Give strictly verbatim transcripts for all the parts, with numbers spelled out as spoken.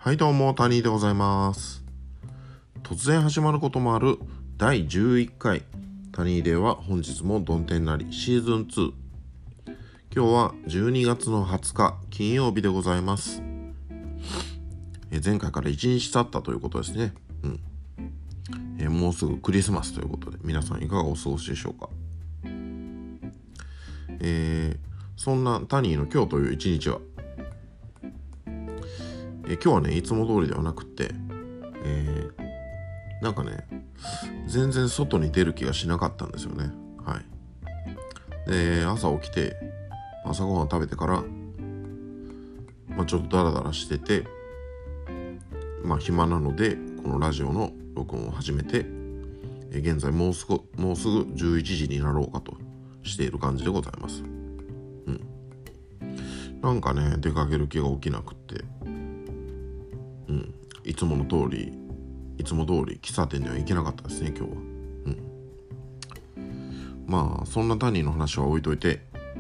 はいどうも、タニーでございます。突然始まることもあるだいじゅういっかいタニーデーは本日もどん天なりシーズンツー。今日はじゅうにがつのはつか金曜日でございます。え前回からいちにち経ったということですね。うん。えもうすぐクリスマスということで皆さんいかがお過ごしでしょうか。えー、そんなタニーの今日という一日はえ今日はねいつも通りではなくって、えー、なんかね全然外に出る気がしなかったんですよね。はい。で朝起きて朝ごはん食べてから、まあ、ちょっとダラダラしてて、まあ暇なのでこのラジオの録音を始めて、え現在もうすぐもうすぐじゅういちじになろうかとしている感じでございます。うん。なんかね出かける気が起きなくって、うん、いつもの通りいつも通り喫茶店には行けなかったですね今日は。うん。まあそんなタニーの話は置いといて、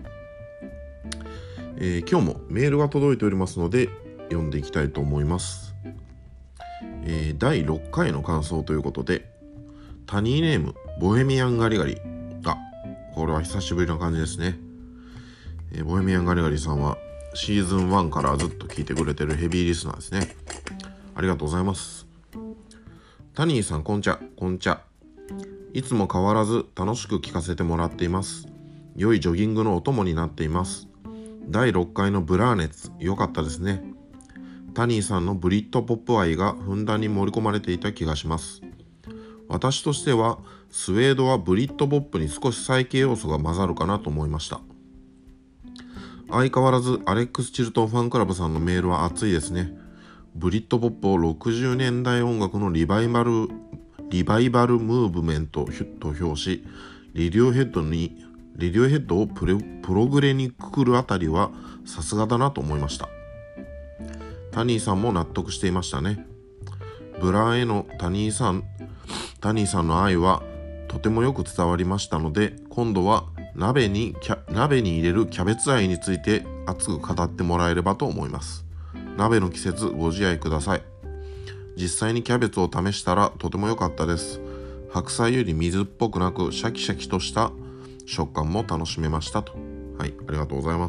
えー、今日もメールが届いておりますので読んでいきたいと思います。えー、だいろっかいの感想ということで、タニーネームボヘミアンガリガリ、あ、これは久しぶりな感じですね。えー、ボヘミアンガリガリさんはシーズンワンからずっと聞いてくれてるヘビーリスナーですね。ありがとうございます。タニーさんこんちゃこんちゃ。いつも変わらず楽しく聞かせてもらっています。良いジョギングのお供になっています。だいろっかいのブラー熱良かったですね。タニーさんのブリッドポップ愛がふんだんに盛り込まれていた気がします。私としてはスウェードはブリッドポップに少し再起要素が混ざるかなと思いました。相変わらずアレックス・チルトンファンクラブさんのメールは熱いですね。ブリッドポップをろくじゅうねんだい音楽のリバイバルリバイバルムーブメントと評し、レディオヘッドにレディオヘッドをプレプログレにくくるあたりはさすがだなと思いました。タニーさんも納得していましたね。ブラーへのタニーさんタニーさんの愛はとてもよく伝わりましたので、今度は鍋にキャ鍋に入れるキャベツ愛について熱く語ってもらえればと思います。鍋の季節ご自愛ください。実際にキャベツを試したらとても良かったです。白菜より水っぽくなくシャキシャキとした食感も楽しめましたと。はい、ありがとうございます。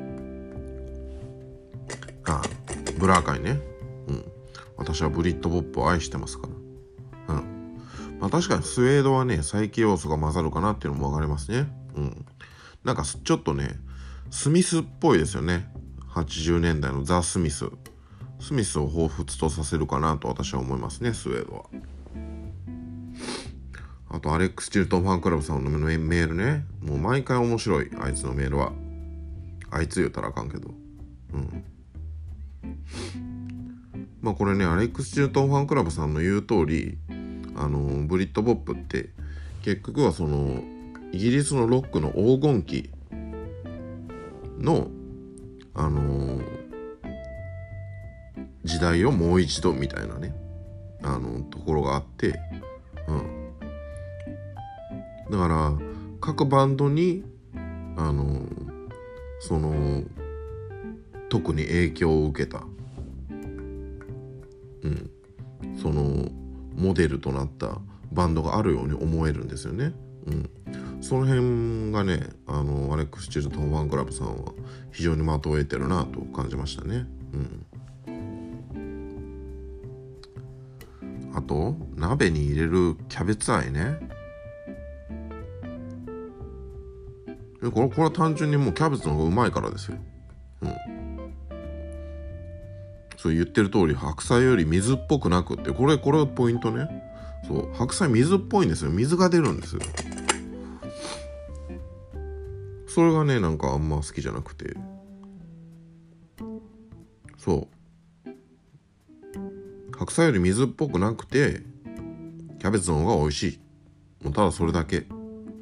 あ、ブラー界ね。うん。私はブリッドポップを愛してますから。うん。まあ確かにスウェードはね、再起要素が混ざるかなっていうのも分かりますね。うん。なんかちょっとね、スミスっぽいですよね。はちじゅうねんだいのザ・スミス。スミスを彷彿とさせるかなと私は思いますね、スウェードは。あとアレックス・チルトンファンクラブさんのメールね、もう毎回面白い、あいつのメールは。あいつ言うたらあかんけど。うん。まあこれね、アレックス・チルトンファンクラブさんの言う通り、あのブリッドポップって結局はそのイギリスのロックの黄金期のあのー、時代をもう一度みたいなね、あのところがあって、うん、だから各バンドにあのその特に影響を受けた、うん、そのモデルとなったバンドがあるように思えるんですよね。うん、その辺がね、あのアレックス・チルトンファンクラブさんは非常に的を得てるなと感じましたね。うん、あと鍋に入れるキャベツ愛ね。これこれは単純にもうキャベツの方がうまいからですよ。うん。そう言ってる通り白菜より水っぽくなくって、これこれがポイントね。そう白菜水っぽいんですよ。水が出るんですよ。それがねなんかあんま好きじゃなくて、そう白菜より水っぽくなくてキャベツの方が美味しい。もうただそれだけ。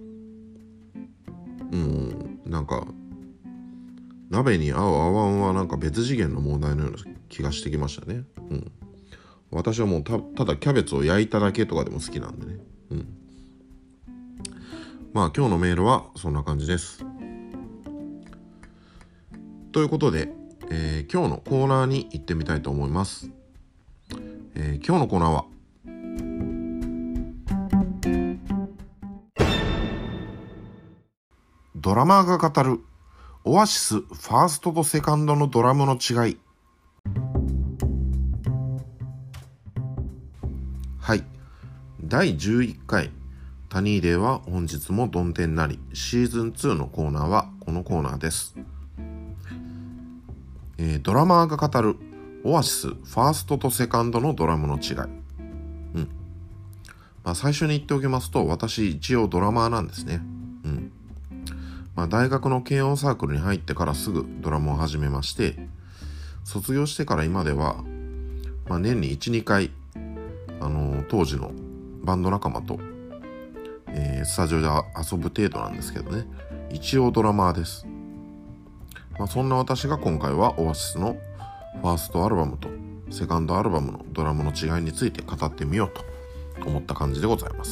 うんなんか鍋に合う合わんはなんか別次元の問題のような気がしてきましたね。うん。私はもう た, ただキャベツを焼いただけとかでも好きなんでね。うん。まあ今日のメールはそんな感じです。ということで、 えー、今日のコーナーに行ってみたいと思います。えー、今日のコーナーはドラマーが語るオアシスファーストとセカンドのドラムの違い。はい、だいじゅういっかいタニーデーは本日もどん天なりシーズンツーのコーナーはこのコーナーです。えー、ドラマーが語るオアシスファーストとセカンドのドラムの違い。うんまあ、最初に言っておきますと、私一応ドラマーなんですね。うんまあ、大学の軽音サークルに入ってからすぐドラムを始めまして、卒業してから今では、まあ、年にいち、にかい、あのー、当時のバンド仲間と、えー、スタジオで遊ぶ程度なんですけどね、一応ドラマーです。まあ、そんな私が今回はオアシスのファーストアルバムとセカンドアルバムのドラムの違いについて語ってみようと思った感じでございます。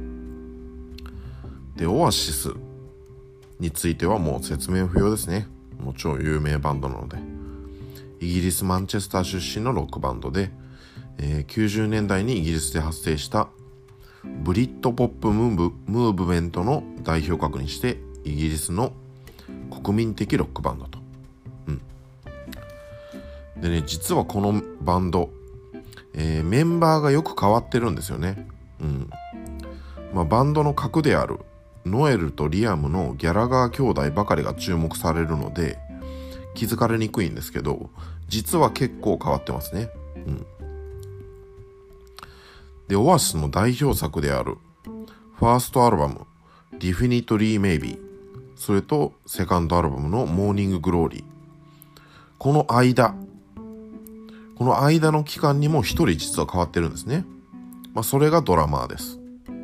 で、オアシスについてはもう説明不要ですね。もう超有名バンドなので、イギリスマンチェスター出身のロックバンドで、えー、きゅうじゅうねんだいにイギリスで発生したブリッドポップムーブ、ムーブメントの代表格にしてイギリスの国民的ロックバンドと、うん、でね、実はこのバンド、えー、メンバーがよく変わってるんですよね。うんまあ、バンドの核であるノエルとリアムのギャラガー兄弟ばかりが注目されるので気づかれにくいんですけど、実は結構変わってますね。うん、で、オアシスの代表作であるファーストアルバム Definitely Maybe、 それとセカンドアルバムの Morning Glory、 この間この間の期間にも一人実は変わってるんですね。まあ、それがドラマーです。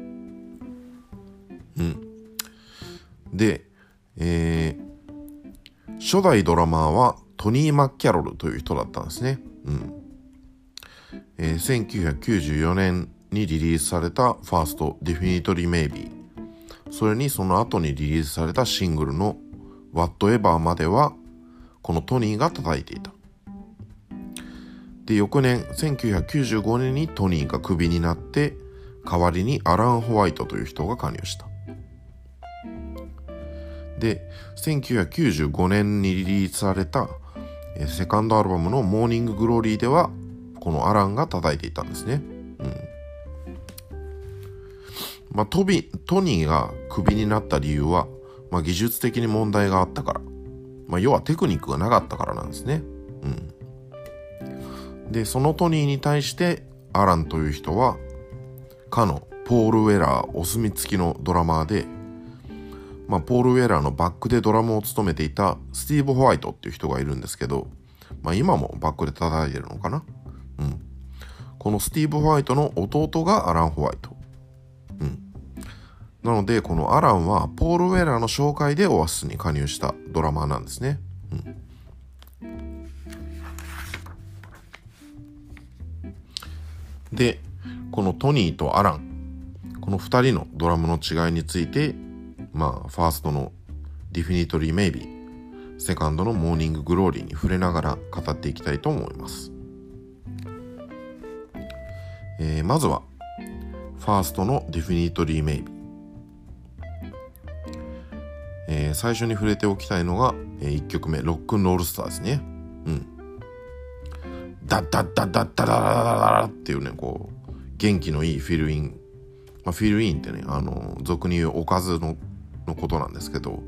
うんで、えー、初代ドラマーはトニー・マッキャロルという人だったんですね。うんえー、せんきゅうひゃくきゅうじゅうよねんにリリースされたファースト Definitely Maybe、 それにその後にリリースされたシングルの Whatever まではこのトニーが叩いていた。で、翌年せんきゅうひゃくきゅうじゅうごねんにトニーがクビになって代わりにアラン・ホワイトという人が加入した。で、せんきゅうひゃくきゅうじゅうごねんにリリースされたセカンドアルバムのモーニンググローリーではこのアランが叩いていたんですね。うんまあ、トビトニーがクビになった理由は、まあ、技術的に問題があったから、まあ、要はテクニックがなかったからなんですね。うん、で、そのトニーに対してアランという人はかのポール・ウェラーお墨付きのドラマーで、まあ、ポール・ウェラーのバックでドラムを務めていたスティーブ・ホワイトっていう人がいるんですけど、まあ、今もバックで叩いてるのかな。うん、このスティーブ・ホワイトの弟がアラン・ホワイト。うん、なのでこのアランはポール・ウェラーの紹介でオアシスに加入したドラマーなんですね。うん、で、このトニーとアラン、このふたりのドラムの違いについて、まあ、ファーストの Definitely Maybe、 セカンドの Morning Glory に触れながら語っていきたいと思います。えー、まずはファーストの Definitely Maybe、えー、最初に触れておきたいのが、えー、いっきょくめロックンロールスターですね。うんダッダッダッダッダラララララっていうね、こう元気のいいフィルイン、まあ、フィルインってね、あの俗に言うおかずののことなんですけど、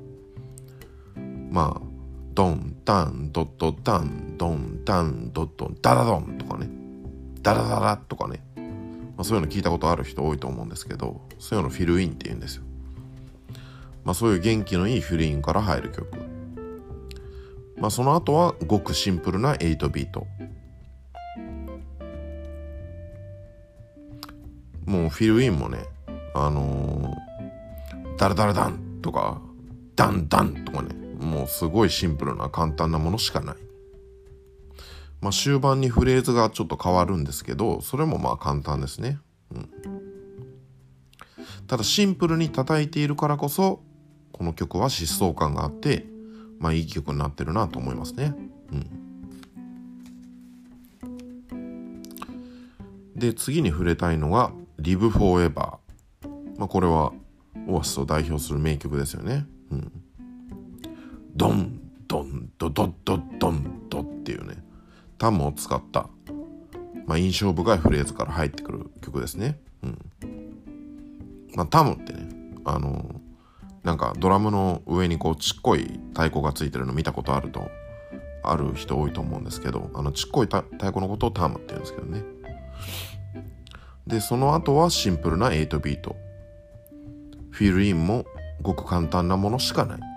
まあドンタンドッドタンドンタンドッドンダダドンとかね、ダラダラとかね、まあ、そういうの聞いたことある人多いと思うんですけど、そういうのフィルインって言うんですよ。まあ、そういう元気のいいフィルインから入る曲、まあ、その後はごくシンプルなエイトビート、もうフィルインもね、あのーダラダラダンとかダンダンとかね、もうすごいシンプルな簡単なものしかない。まあ終盤にフレーズがちょっと変わるんですけど、それもまあ簡単ですね。うん、ただシンプルに叩いているからこそこの曲は疾走感があってまあいい曲になってるなと思いますね。うん。で次に触れたいのが Live Forever。まあこれはオアシスを代表する名曲ですよね。うん。ドンドンドドドドンドっていうね、タムを使った、まあ、印象深いフレーズから入ってくる曲ですね。うん。まあタムってね、あのなんかドラムの上にこうちっこい太鼓がついてるの見たことあるとある人多いと思うんですけど、あのちっこい太鼓のことをタムって言うんですけどね。でその後はシンプルなエイトビート、フィルインもごく簡単なものしかない。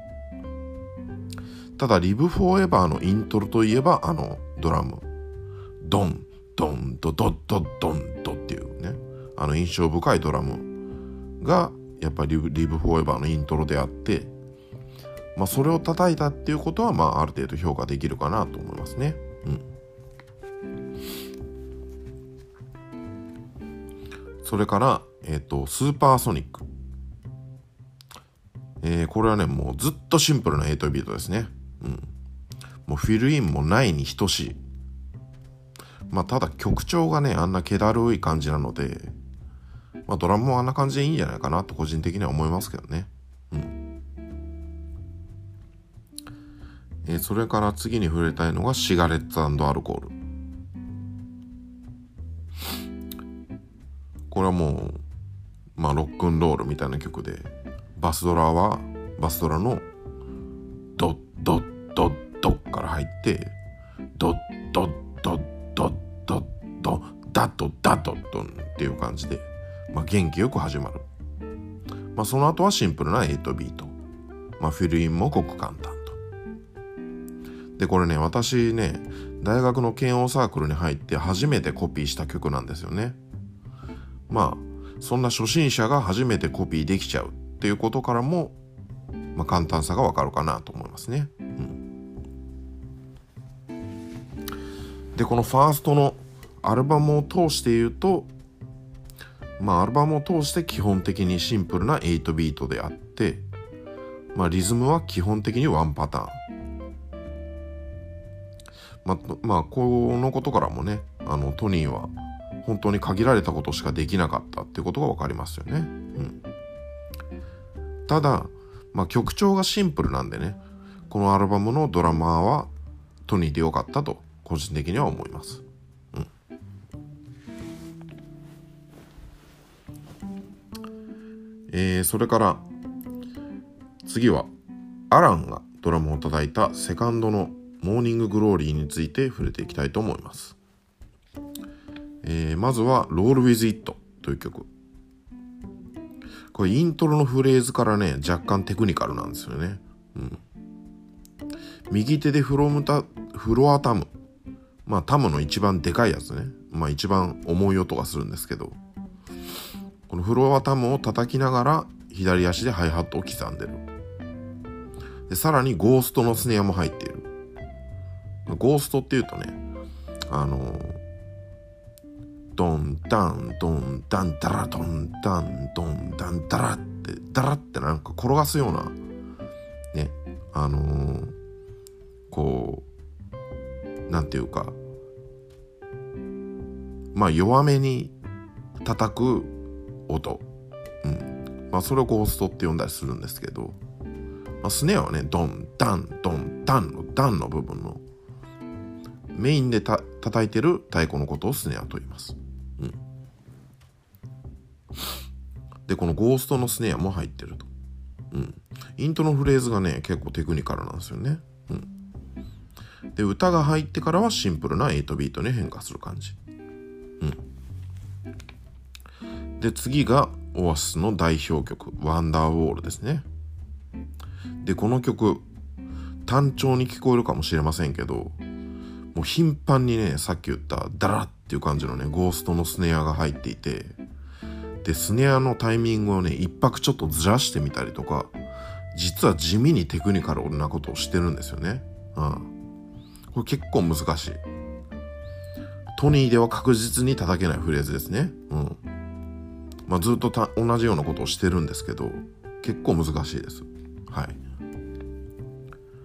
ただLive Foreverのイントロといえばあのドラムドンドンドドドドンドっていうね、あの印象深いドラムがやっぱりLive Foreverのイントロであって、まあそれを叩いたっていうことはまあある程度評価できるかなと思いますね。うん。それからえっとスーパーソニック、えー、これはねもうずっとシンプルなエイトビートですね。うん。もうフィルインもないに等しい。まあただ曲調がねあんな気だるい感じなので、まあドラムもあんな感じでいいんじゃないかなと個人的には思いますけどね。うん。えー、それから次に触れたいのがシガレッツ&アルコール。これはもうまあロックンロールみたいな曲で、バスドラはバスドラのドッドッドッドッから入ってドッドッドッドッドッドッダッドダッドッドンっていう感じで、まあ、元気よく始まる。まあ、その後はシンプルなエイトビート、まあ、フィルインもごく簡単と。でこれね私ね大学の軽音サークルに入って初めてコピーした曲なんですよね。まあそんな初心者が初めてコピーできちゃうっていうことからも、まあ、簡単さがわかるかなと思いますね。うん、でこのファーストのアルバムを通して言うと、まあアルバムを通して基本的にシンプルなエイトビートであって、まあリズムは基本的にワンパターン。まあ、まあこのことからもね、あのトニーは本当に限られたことしかできなかったっていうことが分かりますよね。うん、ただ、まあ、曲調がシンプルなんでね、このアルバムのドラマーはトニーでよかったと個人的には思います。うん、えー、それから次はアランがドラムを叩いたセカンドのモーニンググローリーについて触れていきたいと思います。えー、まずは Roll with It という曲。これイントロのフレーズからね若干テクニカルなんですよね。うん、右手でフロムタフロアタム、まあタムの一番でかいやつね、まあ一番重い音がするんですけど、このフロアタムを叩きながら左足でハイハットを刻んでる。でさらにゴーストのスネアも入っている。ゴーストっていうとね、あのー、ドンダンドンダンダラドンダンドンダンダラってダラってなんか転がすようなね、あのー、こうなんていうか、まあ弱めに叩く音、うん、まあそれをゴーストって呼んだりするんですけど、まあ、スネアはねドンダンドンダンのダンの部分のメインでた叩いてる太鼓のことをスネアと言います。うん、でこのゴーストのスネアも入ってると。うん、イントロのフレーズがね結構テクニカルなんですよね。うん、で歌が入ってからはシンプルなエイトビートに変化する感じ。うん、で次がオアシスの代表曲ワンダーウォールですね。でこの曲単調に聞こえるかもしれませんけど、もう頻繁にねさっき言ったダラッっていう感じのねゴーストのスネアが入っていて、でスネアのタイミングをね一拍ちょっとずらしてみたりとか、実は地味にテクニカルなことをしてるんですよね。うん、これ結構難しい。トニーでは確実に叩けないフレーズですね。うん、まあずっとた同じようなことをしてるんですけど結構難しいです。はい。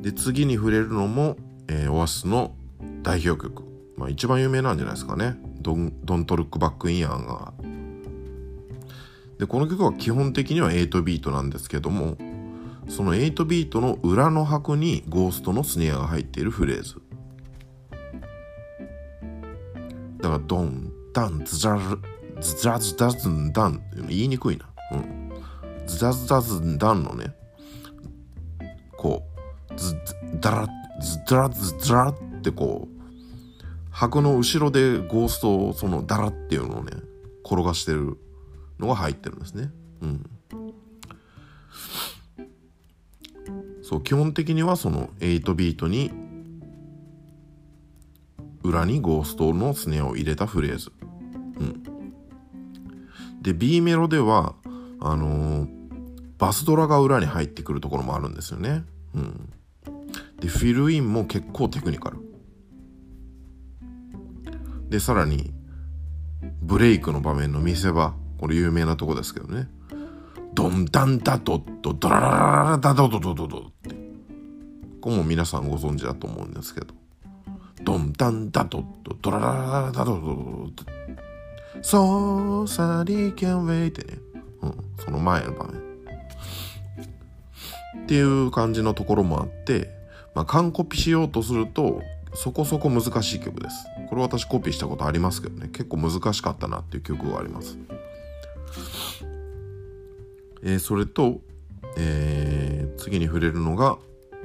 で次に触れるのも、えー、オアシスの代表曲、まあ、一番有名なんじゃないですかね。Don't Look Back in Anger。でこの曲は基本的にはエイトビートなんですけども、そのエイトビートの裏の拍にゴーストのスネアが入っているフレーズだから、ドンダンズザルズザズダズンダン言いにくいな、うん、ズザズダズンダンのね、こうズダラズダラズダラってこう拍の後ろでゴーストをそのダラっていうのをね転がしてるのが入ってるんですね。うん。そう基本的にはそのエイトビートに裏にゴーストのスネアを入れたフレーズ。うん。で B メロではあのー、バスドラが裏に入ってくるところもあるんですよね。うん。でフィルインも結構テクニカル。でさらにブレイクの場面の見せ場、これ有名なとこですけどね、ドンダンダドッドドララララダドドドドドってこれも皆さんご存知だと思うんですけど、ドンダンダドッドドララララダドドドドそうさりキャンウェイってね、うん、その前の場面っていう感じのところもあって、まあ、完コピしようとするとそこそこ難しい曲です。これ私コピーしたことありますけどね、結構難しかったなっていう曲があります。えー、それと、えー、次に触れるのが、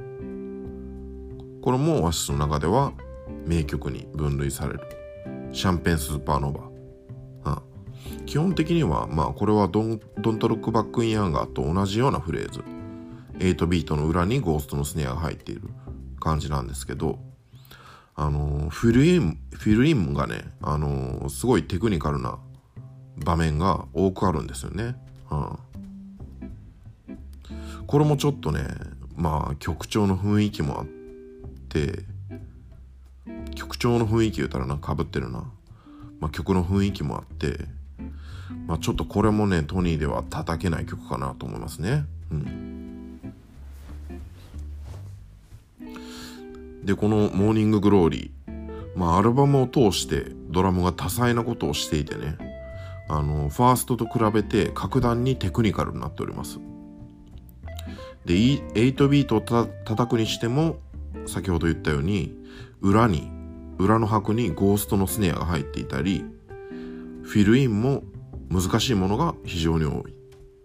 これもオアシスの中では名曲に分類されるシャンペンスーパーノヴァ。ああ基本的にはまあこれはドンドントロックバックインアンガーと同じようなフレーズ、エイトビートの裏にゴーストのスネアが入っている感じなんですけど、あのー、フィルインフィルインがね、あのー、すごいテクニカルな場面が多くあるんですよね。はあ、これもちょっとね、まあ曲調の雰囲気もあって、曲調の雰囲気言ったらなんか被ってるな、まあ、曲の雰囲気もあって、まあ、ちょっとこれもねトニーでは叩けない曲かなと思いますね。うんでこのモーニンググローリー、まあアルバムを通してドラムが多彩なことをしていてね、あのファーストと比べて格段にテクニカルになっております。でエイトビートをた叩くにしても先ほど言ったように裏に裏の拍にゴーストのスネアが入っていたり、フィルインも難しいものが非常に多い。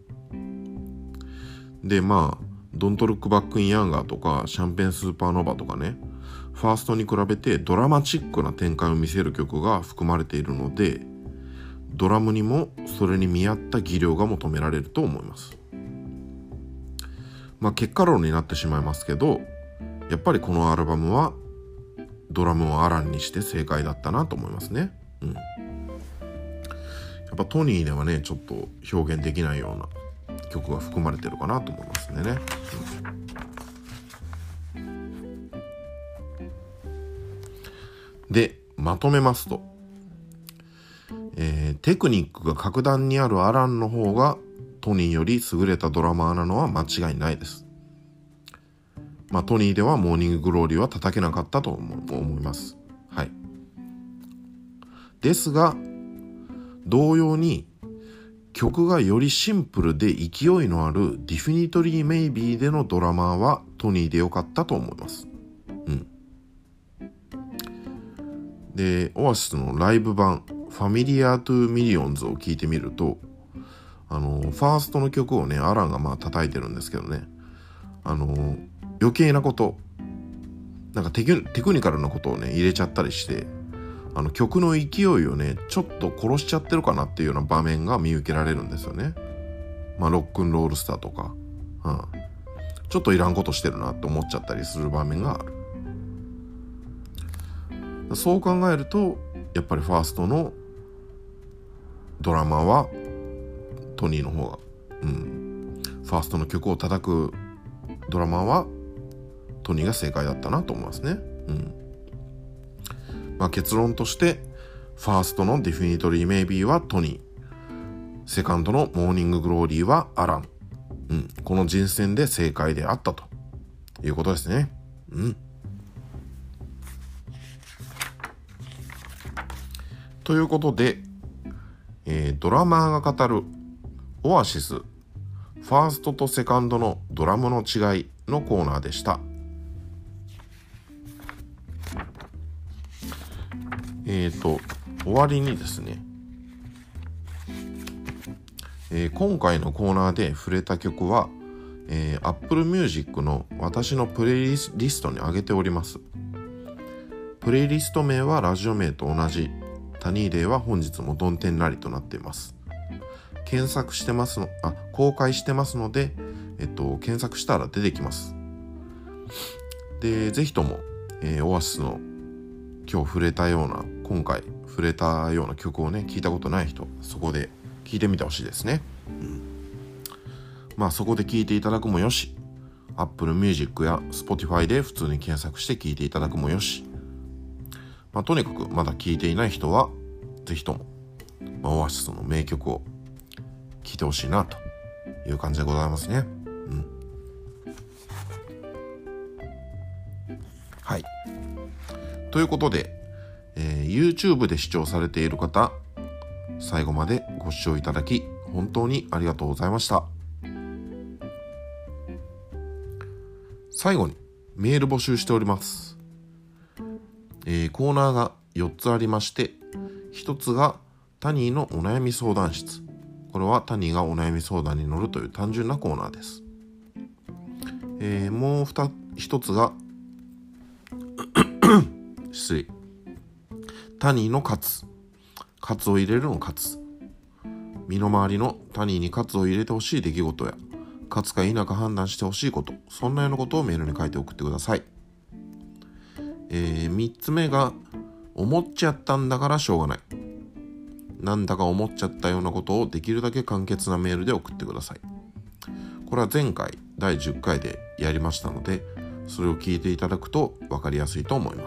でまあドントルックバックインアンガーとかシャンペンスーパーノヴァとかね、ファーストに比べてドラマチックな展開を見せる曲が含まれているので、ドラムにもそれに見合った技量が求められると思います。まあ結果論になってしまいますけど、やっぱりこのアルバムはドラムをアランにして正解だったなと思いますね。うん。やっぱトニーではねちょっと表現できないような曲が含まれてるかなと思いますんでね。うん、でまとめますと、えー、テクニックが格段にあるアランの方がトニーより優れたドラマーなのは間違いないです。まあトニーではモーニンググローリーは叩けなかったと思います。はい。ですが同様に曲がよりシンプルで勢いのあるディフィニトリーメイビーでのドラマーはトニーでよかったと思います。うん。で、オアシスのライブ版ファミリアトゥミリオンズを聞いてみると、あのファーストの曲をねアランがまあ叩いてるんですけどね、あの余計なことなんかテク、テクニカルなことをね入れちゃったりして、あの曲の勢いをねちょっと殺しちゃってるかなっていうような場面が見受けられるんですよね。まあロックンロールスターとか、うん、ちょっといらんことしてるなって思っちゃったりする場面がある。そう考えるとやっぱりファーストのドラマーはトニーの方が、うん、ファーストの曲を叩くドラマーはトニーが正解だったなと思いますね。うん。まあ、結論としてファーストのディフィニトリーメイビーはトニー、セカンドのモーニンググローリーはアラン、うん、この人選で正解であったということですね。 うんということで、えー、ドラマーが語るオアシスファーストとセカンドのドラムの違いのコーナーでした。えーと終わりにですね、えー、今回のコーナーで触れた曲は、えー、Apple Music の私のプレイリストに上げております。プレイリスト名はラジオ名と同じタニーデーは本日もどん天なりとなっています。検索してますのあ公開してますので、えっと、検索したら出てきます。でぜひとも、えー、オアシスの今日触れたような今回触れたような曲をね聞いたことない人、そこで聞いてみてほしいですね。うん、まあそこで聞いていただくもよし、 Apple Music や Spotify で普通に検索して聞いていただくもよし、まあ、とにかくまだ聞いていない人はぜひとも、まあ、オアシスの名曲を聴いてほしいなという感じでございますね。うん、はい。ということで、えー、YouTube で視聴されている方、最後までご視聴いただき本当にありがとうございました。最後にメール募集しております。えー、コーナーがよっつありまして、ひとつがタニーのお悩み相談室。これはタニーがお悩み相談に乗るという単純なコーナーです。えー、もうひとつが失礼タニーのカツカツを入れるのカツ、身の回りのタニーにカツを入れてほしい出来事やカツか否か判断してほしいこと、そんなようなことをメールに書いて送ってください。えー、みっつめが思っちゃったんだからしょうがない、なんだか思っちゃったようなことをできるだけ簡潔なメールで送ってください。これは前回だいじゅっかいでやりましたので、それを聞いていただくと分かりやすいと思います。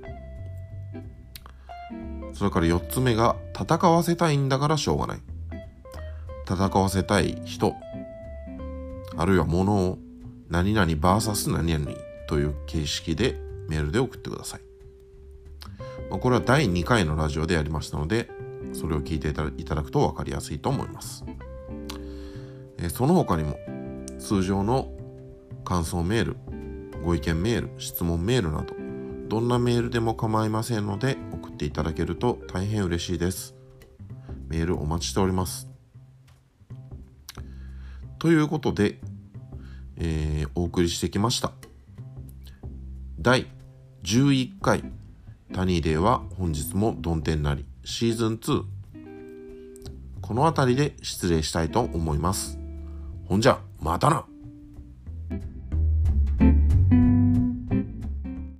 それからよっつめが戦わせたいんだからしょうがない、戦わせたい人あるいは物を何々 ブイエス 何々という形式でメールで送ってください。これはだいにかいのラジオでやりましたので、それを聞いていただくと分かりやすいと思います。えー、その他にも通常の感想メール、ご意見メール、質問メールなどどんなメールでも構いませんので送っていただけると大変嬉しいです。メールお待ちしております。ということで、えー、お送りしてきましただいじゅういっかいタニーデーは本日もどん天なりシーズンツー、この辺りで失礼したいと思います。ほんじゃまたな。